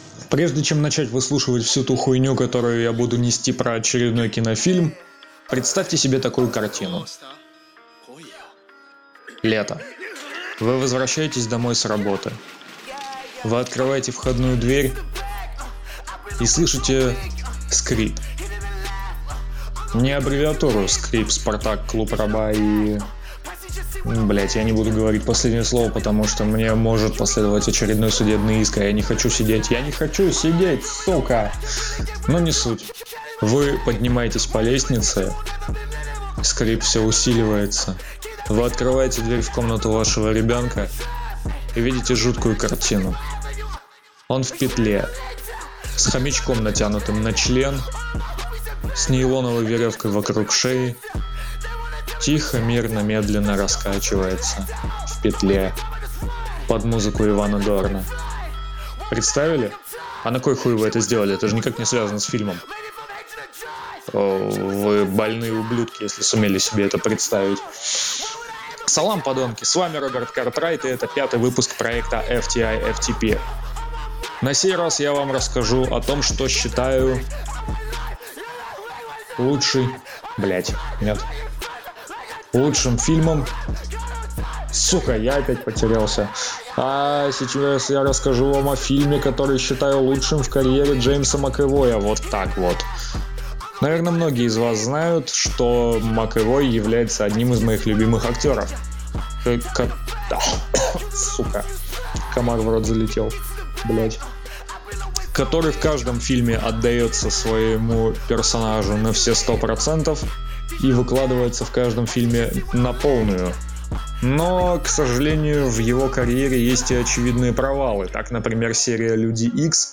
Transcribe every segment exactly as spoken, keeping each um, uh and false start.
Прежде чем начать выслушивать всю ту хуйню, которую я буду нести про очередной кинофильм, представьте себе такую картину. Лето. Вы возвращаетесь домой с работы. Вы открываете входную дверь и слышите скрип. Не аббревиатуру скрип, Спартак, Клуб Раба и... Блять, я не буду говорить последнее слово, потому что мне может последовать очередной судебный иск, а я не хочу сидеть. Я не хочу сидеть, сука! Но не суть. Вы поднимаетесь по лестнице, скрип все усиливается. Вы открываете дверь в комнату вашего ребенка и видите жуткую картину. Он в петле, с хомячком, натянутым на член, с нейлоновой веревкой вокруг шеи, тихо, мирно, медленно раскачивается в петле под музыку Ивана Дорна. Представили? А на кой хуй вы это сделали? Это же никак не связано с фильмом. О, вы больные ублюдки, если сумели себе это представить. Салам, подонки, с вами Роберт Картрайт, и это пятый выпуск проекта эф ти ай эф ти пи. На сей раз я вам расскажу о том, что считаю лучший... Блять, нет... лучшим фильмом. Сука, я опять потерялся. А сейчас я расскажу вам о фильме, который считаю лучшим в карьере Джеймса Макэвоя. Вот так вот. Наверное, многие из вас знают, что Макэвой является одним из моих любимых актеров. Как... Сука. Комар в рот залетел. Блять. Который в каждом фильме отдается своему персонажу на все сто процентов и выкладывается в каждом фильме на полную. Но, к сожалению, в его карьере есть и очевидные провалы. Так, например, серия «Люди Икс».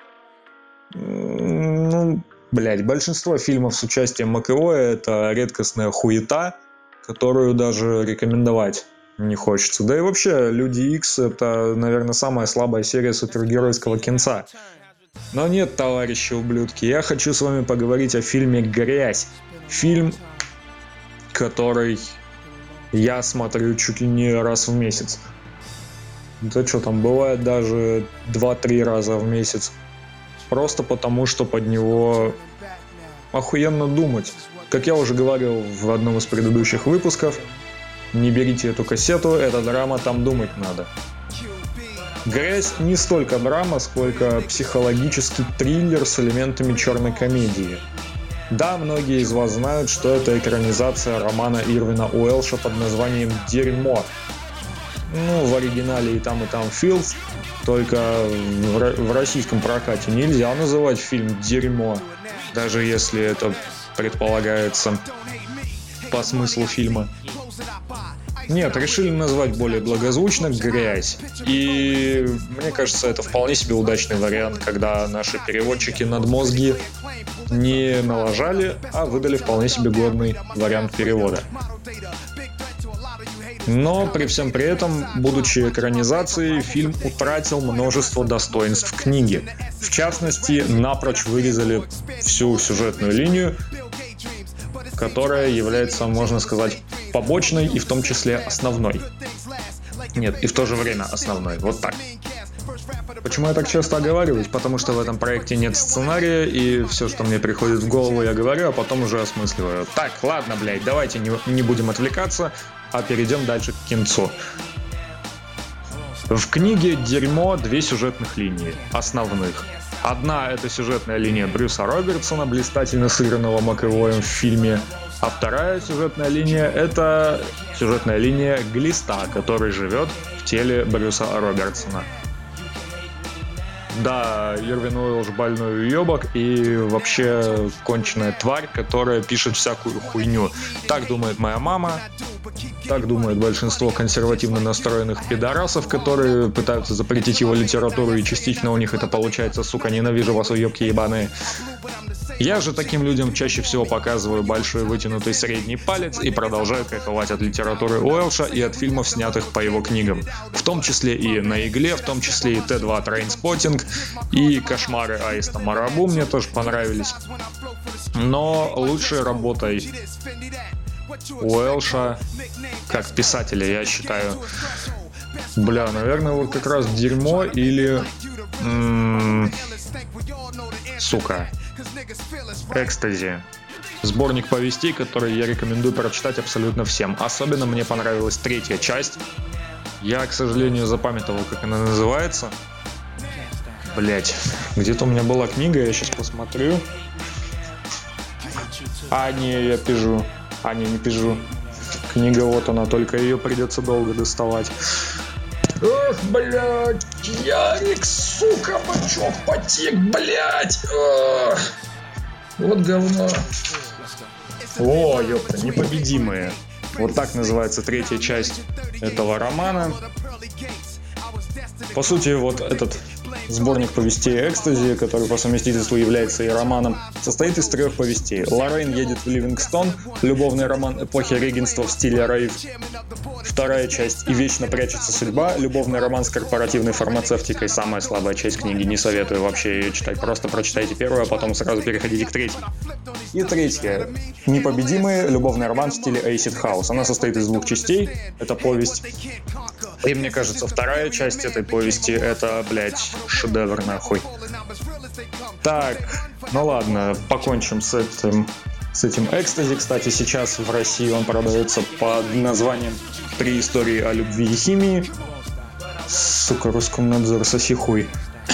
Ну, блядь, большинство фильмов с участием Макэвоя — это редкостная хуета, которую даже рекомендовать не хочется. Да и вообще, «Люди Икс» — это, наверное, самая слабая серия супергеройского кинца. Но нет, товарищи ублюдки, я хочу с вами поговорить о фильме «Грязь». Фильм, который я смотрю чуть ли не раз в месяц. Да что там, бывает даже два-три раза в месяц. Просто потому, что под него охуенно думать. Как я уже говорил в одном из предыдущих выпусков, не берите эту кассету, это драма, там думать надо. «Грязь» не столько драма, сколько психологический триллер с элементами черной комедии. Да, многие из вас знают, что это экранизация романа Ирвина Уэлша под названием «Дерьмо». Ну, в оригинале и там, и там «Filth», только в, в российском прокате нельзя называть фильм «Дерьмо», даже если это предполагается по смыслу фильма. Нет, решили назвать более благозвучно «Грязь». И мне кажется, это вполне себе удачный вариант, когда наши переводчики надмозги не налажали, а выдали вполне себе годный вариант перевода. Но при всем при этом, будучи экранизацией, фильм утратил множество достоинств книги. В частности, напрочь вырезали всю сюжетную линию, которая является, можно сказать, побочной и в том числе основной. Нет, и в то же время основной. Вот так. Почему я так часто оговариваюсь? Потому что в этом проекте нет сценария, и все, что мне приходит в голову, я говорю, а потом уже осмысливаю. Так, ладно, блядь, давайте не, не будем отвлекаться, а перейдем дальше к кинцу. В книге «Дерьмо» две сюжетных линии, основных. Одна — это сюжетная линия Брюса Робертсона, блистательно сыгранного Макэвоем в фильме. А вторая сюжетная линия — это сюжетная линия Глиста, который живет в теле Брюса Робертсона. Да, Ирвин Уэлш больной уебок и вообще конченая тварь, которая пишет всякую хуйню. Так думает моя мама, так думает большинство консервативно настроенных пидорасов, которые пытаются запретить его литературу, и частично у них это получается, сука, ненавижу вас, уебки ебаные. Я же таким людям чаще всего показываю большой вытянутый средний палец и продолжаю кайфовать от литературы Уэлша и от фильмов, снятых по его книгам. В том числе и «На игле», в том числе и Тэ два «Трейнспоттинг», и «Кошмары Аиста Марабу» мне тоже понравились. Но лучшей работой Уэлша как писателя, я считаю, бля, наверное, вот как раз «Дерьмо» или... М- сука, «Экстази». Сборник повестей, который я рекомендую прочитать абсолютно всем. Особенно мне понравилась третья часть. Я, к сожалению, запамятовал, как она называется. Блять, где-то у меня была книга, я сейчас посмотрю. А, не, я пижу. А, не, не пижу. Книга вот она, только ее придется долго доставать. Ох, блядь, Ярик, сука, бачок потек, блядь. Ох. Вот говно. О, ёпта, «Непобедимые». Вот так называется третья часть этого романа. По сути, вот этот сборник повестей «Экстази», который по совместительству является и романом, состоит из трех повестей. Лоррейн едет в Ливингстон, любовный роман эпохи регенства в стиле рейв. Вторая часть «И вечно прячется судьба», любовный роман с корпоративной фармацевтикой. Самая слабая часть книги, не советую вообще ее читать. Просто прочитайте первую, а потом сразу переходите к третьей. И третья «Непобедимые», любовный роман в стиле Acid House. Она состоит из двух частей. Это повесть. И мне кажется, вторая часть этой повести — это, блядь, шедевр нахуй. Так, ну ладно, покончим с этим, с этим «Экстази». Кстати, сейчас в России он продается под названием «Три истории о любви и химии». Сука, Роскомнадзор, соси хуй.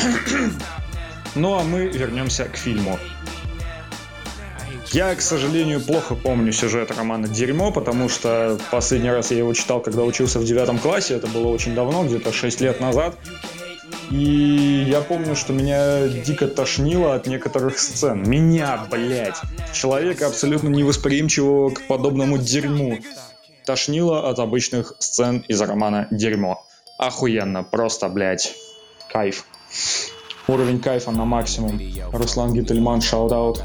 Ну а мы вернемся к фильму. Я, к сожалению, плохо помню сюжет романа «Дерьмо», потому что последний раз я его читал, когда учился в девятом классе. Это было очень давно, где-то шесть лет назад. И я помню, что меня дико тошнило от некоторых сцен. Меня, блядь, человека абсолютно невосприимчивого к подобному дерьму, тошнило от обычных сцен из романа «Дерьмо». Охуенно, просто, блядь, кайф. Уровень кайфа на максимум. Руслан Гительман, шаут-аут.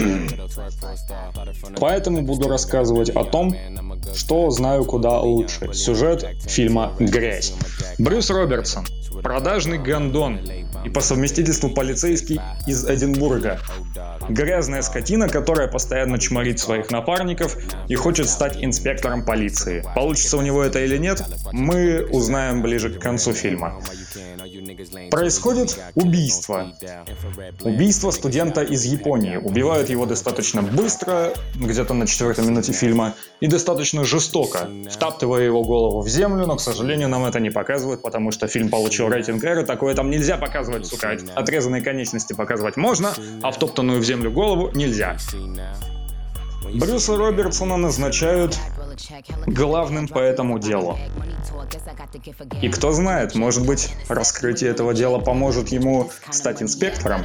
Поэтому буду рассказывать о том, что знаю куда лучше. Сюжет фильма «Грязь». Брюс Робертсон, продажный гондон и по совместительству полицейский из Эдинбурга. Грязная скотина, которая постоянно чморит своих напарников и хочет стать инспектором полиции. Получится у него это или нет, мы узнаем ближе к концу фильма. Происходит убийство. Убийство студента из Японии. Убивают его достаточно быстро, где-то на четвертой минуте фильма, и достаточно жестоко, втаптывая его голову в землю, но, к сожалению, нам это не показывают, потому что фильм получил рейтинг R, и такое там нельзя показывать, сука. Отрезанные конечности показывать можно, а втоптанную в землю голову нельзя. Брюса Робертсона назначают главным по этому делу. И кто знает, может быть, раскрытие этого дела поможет ему стать инспектором.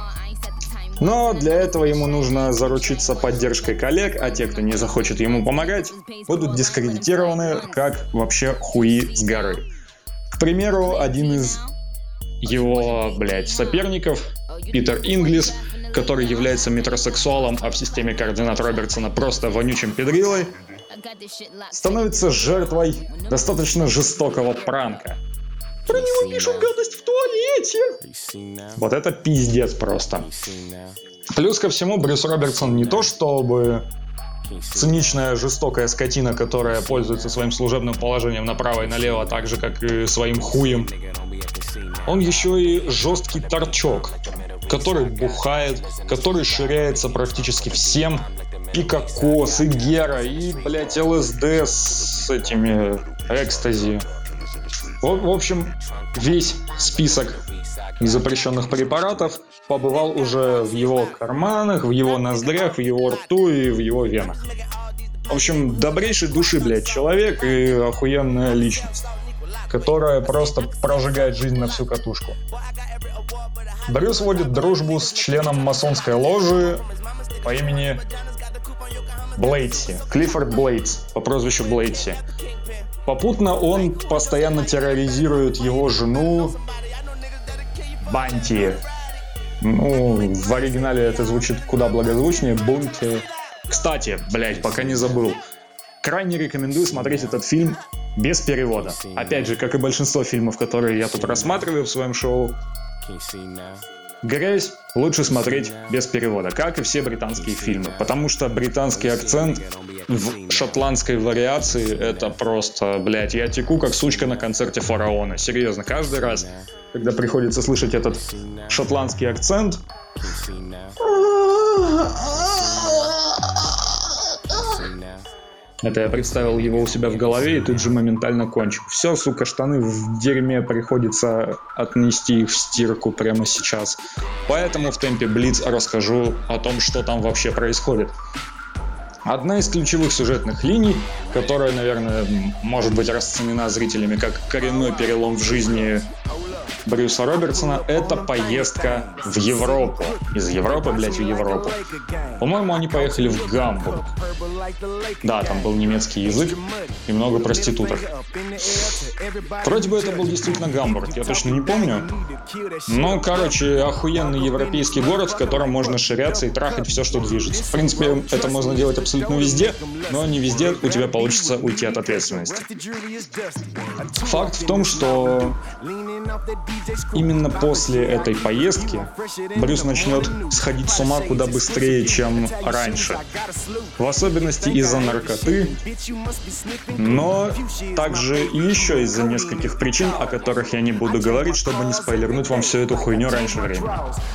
Но для этого ему нужно заручиться поддержкой коллег, а те, кто не захочет ему помогать, будут дискредитированы как вообще хуи с горы. К примеру, один из его, блядь, соперников, Питер Инглис, который является метросексуалом, а в системе координат Робертсона просто вонючим педрилой, становится жертвой достаточно жестокого пранка. Про него пишут гадость в туалете. Вот это пиздец просто. Плюс ко всему, Брюс Робертсон не то чтобы циничная, жестокая скотина, которая пользуется своим служебным положением направо и налево, так же, как и своим хуем. Он еще и жесткий торчок, который бухает, который ширяется практически всем. Пикакос, и Гера, и, блядь, ЛСД с этими экстази. В, в общем, весь список запрещенных препаратов побывал уже в его карманах, в его ноздрях, в его рту и в его венах. В общем, добрейшей души, блядь, человек и охуенная личность, которая просто прожигает жизнь на всю катушку. Брюс водит дружбу с членом масонской ложи по имени Блейтси, Клиффорд Блейтс, по прозвищу Блейтси. Попутно он постоянно терроризирует его жену Банти. Ну, в оригинале это звучит куда благозвучнее, Бунти. Кстати, блять, пока не забыл. Крайне рекомендую смотреть этот фильм без перевода. Опять же, как и большинство фильмов, которые я тут рассматриваю в своем шоу, «Грязь» лучше смотреть без перевода, как и все британские фильмы, потому что британский акцент в шотландской вариации — это просто, блять, я теку как сучка на концерте Фараона. Серьезно, каждый раз, когда приходится слышать этот шотландский акцент, это я представил его у себя в голове и тут же моментально кончил. Все, сука, штаны в дерьме, приходится отнести их в стирку прямо сейчас. Поэтому в темпе Блиц расскажу о том, что там вообще происходит. Одна из ключевых сюжетных линий, которая, наверное, может быть расценена зрителями как коренной перелом в жизни Брюса Робертсона, это поездка в Европу. Из Европы, блять, в Европу. По-моему, они поехали в Гамбург. Да, там был немецкий язык и много проституток. Вроде бы это был действительно Гамбург, я точно не помню. Но, короче, охуенный европейский город, в котором можно ширяться и трахать все, что движется. В принципе, это можно делать абсолютно везде, но не везде у тебя получится уйти от ответственности. Факт в том, что именно после этой поездки Брюс начнет сходить с ума куда быстрее, чем раньше. В особенности из-за наркоты, но также и еще из-за нескольких причин, о которых я не буду говорить, чтобы не спойлернуть вам всю эту хуйню раньше времени.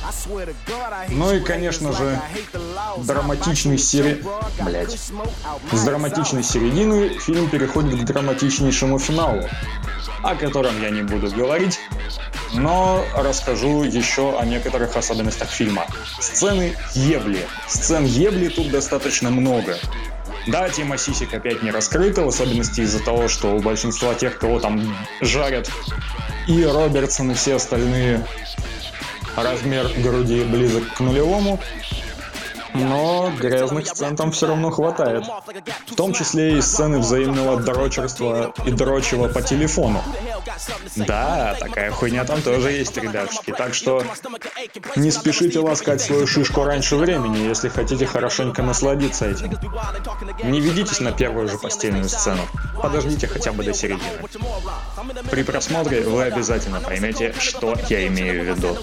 Ну и, конечно же, драматичный сери... Блять. С драматичной середины фильм переходит к драматичнейшему финалу, о котором я не буду говорить, но расскажу еще о некоторых особенностях фильма. Сцены ебли. Сцен ебли тут достаточно много. Да, тема сисек опять не раскрыта, в особенности из-за того, что у большинства тех, кого там жарят, и Робертсон, и все остальные, размер груди близок к нулевому. Но грязных сцен там все равно хватает. В том числе и сцены взаимного дрочерства и дрочева по телефону. Да, такая хуйня там тоже есть, ребятушки. Так что не спешите ласкать свою шишку раньше времени, если хотите хорошенько насладиться этим. Не ведитесь на первую же постельную сцену. Подождите хотя бы до середины. При просмотре вы обязательно поймете, что я имею в виду.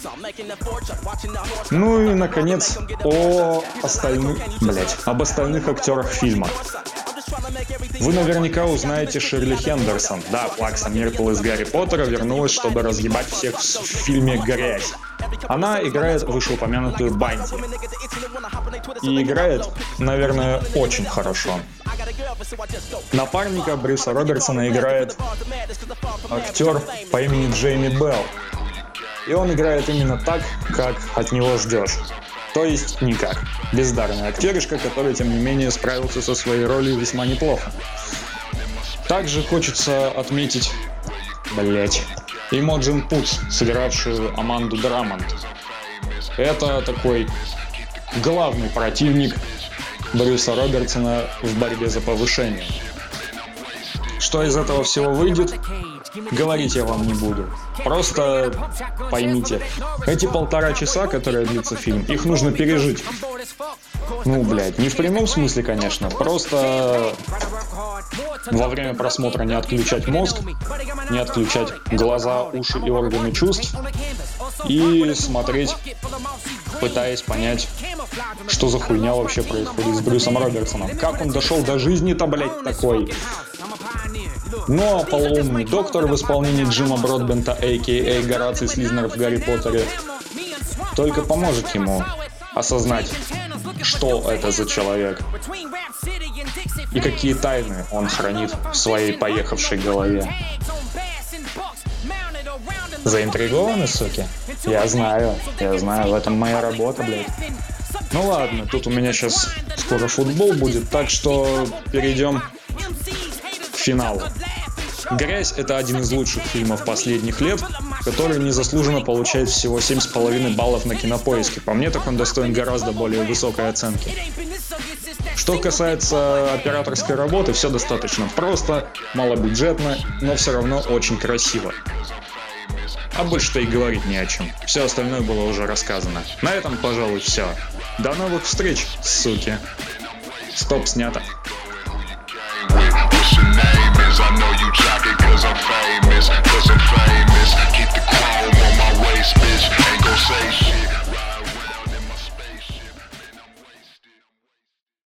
Ну и, наконец, о остальных, блять, об остальных актерах фильма. Вы наверняка узнаете Ширли Хендерсон. Да, Плакса Миртл из Гарри Поттера вернулась, чтобы разъебать всех в фильме «Грязь». Она играет вышеупомянутую Банти. И играет, наверное, очень хорошо. Напарника Брюса Робертсона играет актер по имени Джейми Белл. И он играет именно так, как от него ждешь. То есть никак. Бездарный актеришка, который, тем не менее, справился со своей ролью весьма неплохо. Также хочется отметить, блять, Имоджин Путс, сыгравшую Аманду Драмонт. Это такой главный противник Брюса Робертсона в борьбе за повышение. Что из этого всего выйдет, говорить я вам не буду. Просто поймите, эти полтора часа, которые длится фильм, их нужно пережить. Ну, блядь, не в прямом смысле, конечно, просто во время просмотра не отключать мозг, не отключать глаза, уши и органы чувств и смотреть, пытаясь понять, что за хуйня вообще происходит с Брюсом Робертсоном. Как он дошел до жизни-то, блядь, такой. Ну а полоумный доктор в исполнении Джима Бродбента, а.к.а. Гораций Слизнер в Гарри Поттере, только поможет ему осознать, что это за человек и какие тайны он хранит в своей поехавшей голове. Заинтригованы, суки? Я знаю, я знаю, в этом моя работа, блядь. Ну ладно, тут у меня сейчас скоро футбол будет, так что перейдем к финалу. «Грязь» — это один из лучших фильмов последних лет, который незаслуженно получает всего семь с половиной баллов на Кинопоиске. По мне, так он достоин гораздо более высокой оценки. Что касается операторской работы, все достаточно просто, малобюджетно, но все равно очень красиво. А больше-то и говорить не о чем. Все остальное было уже рассказано. На этом, пожалуй, все. До новых встреч, суки. Стоп, снято.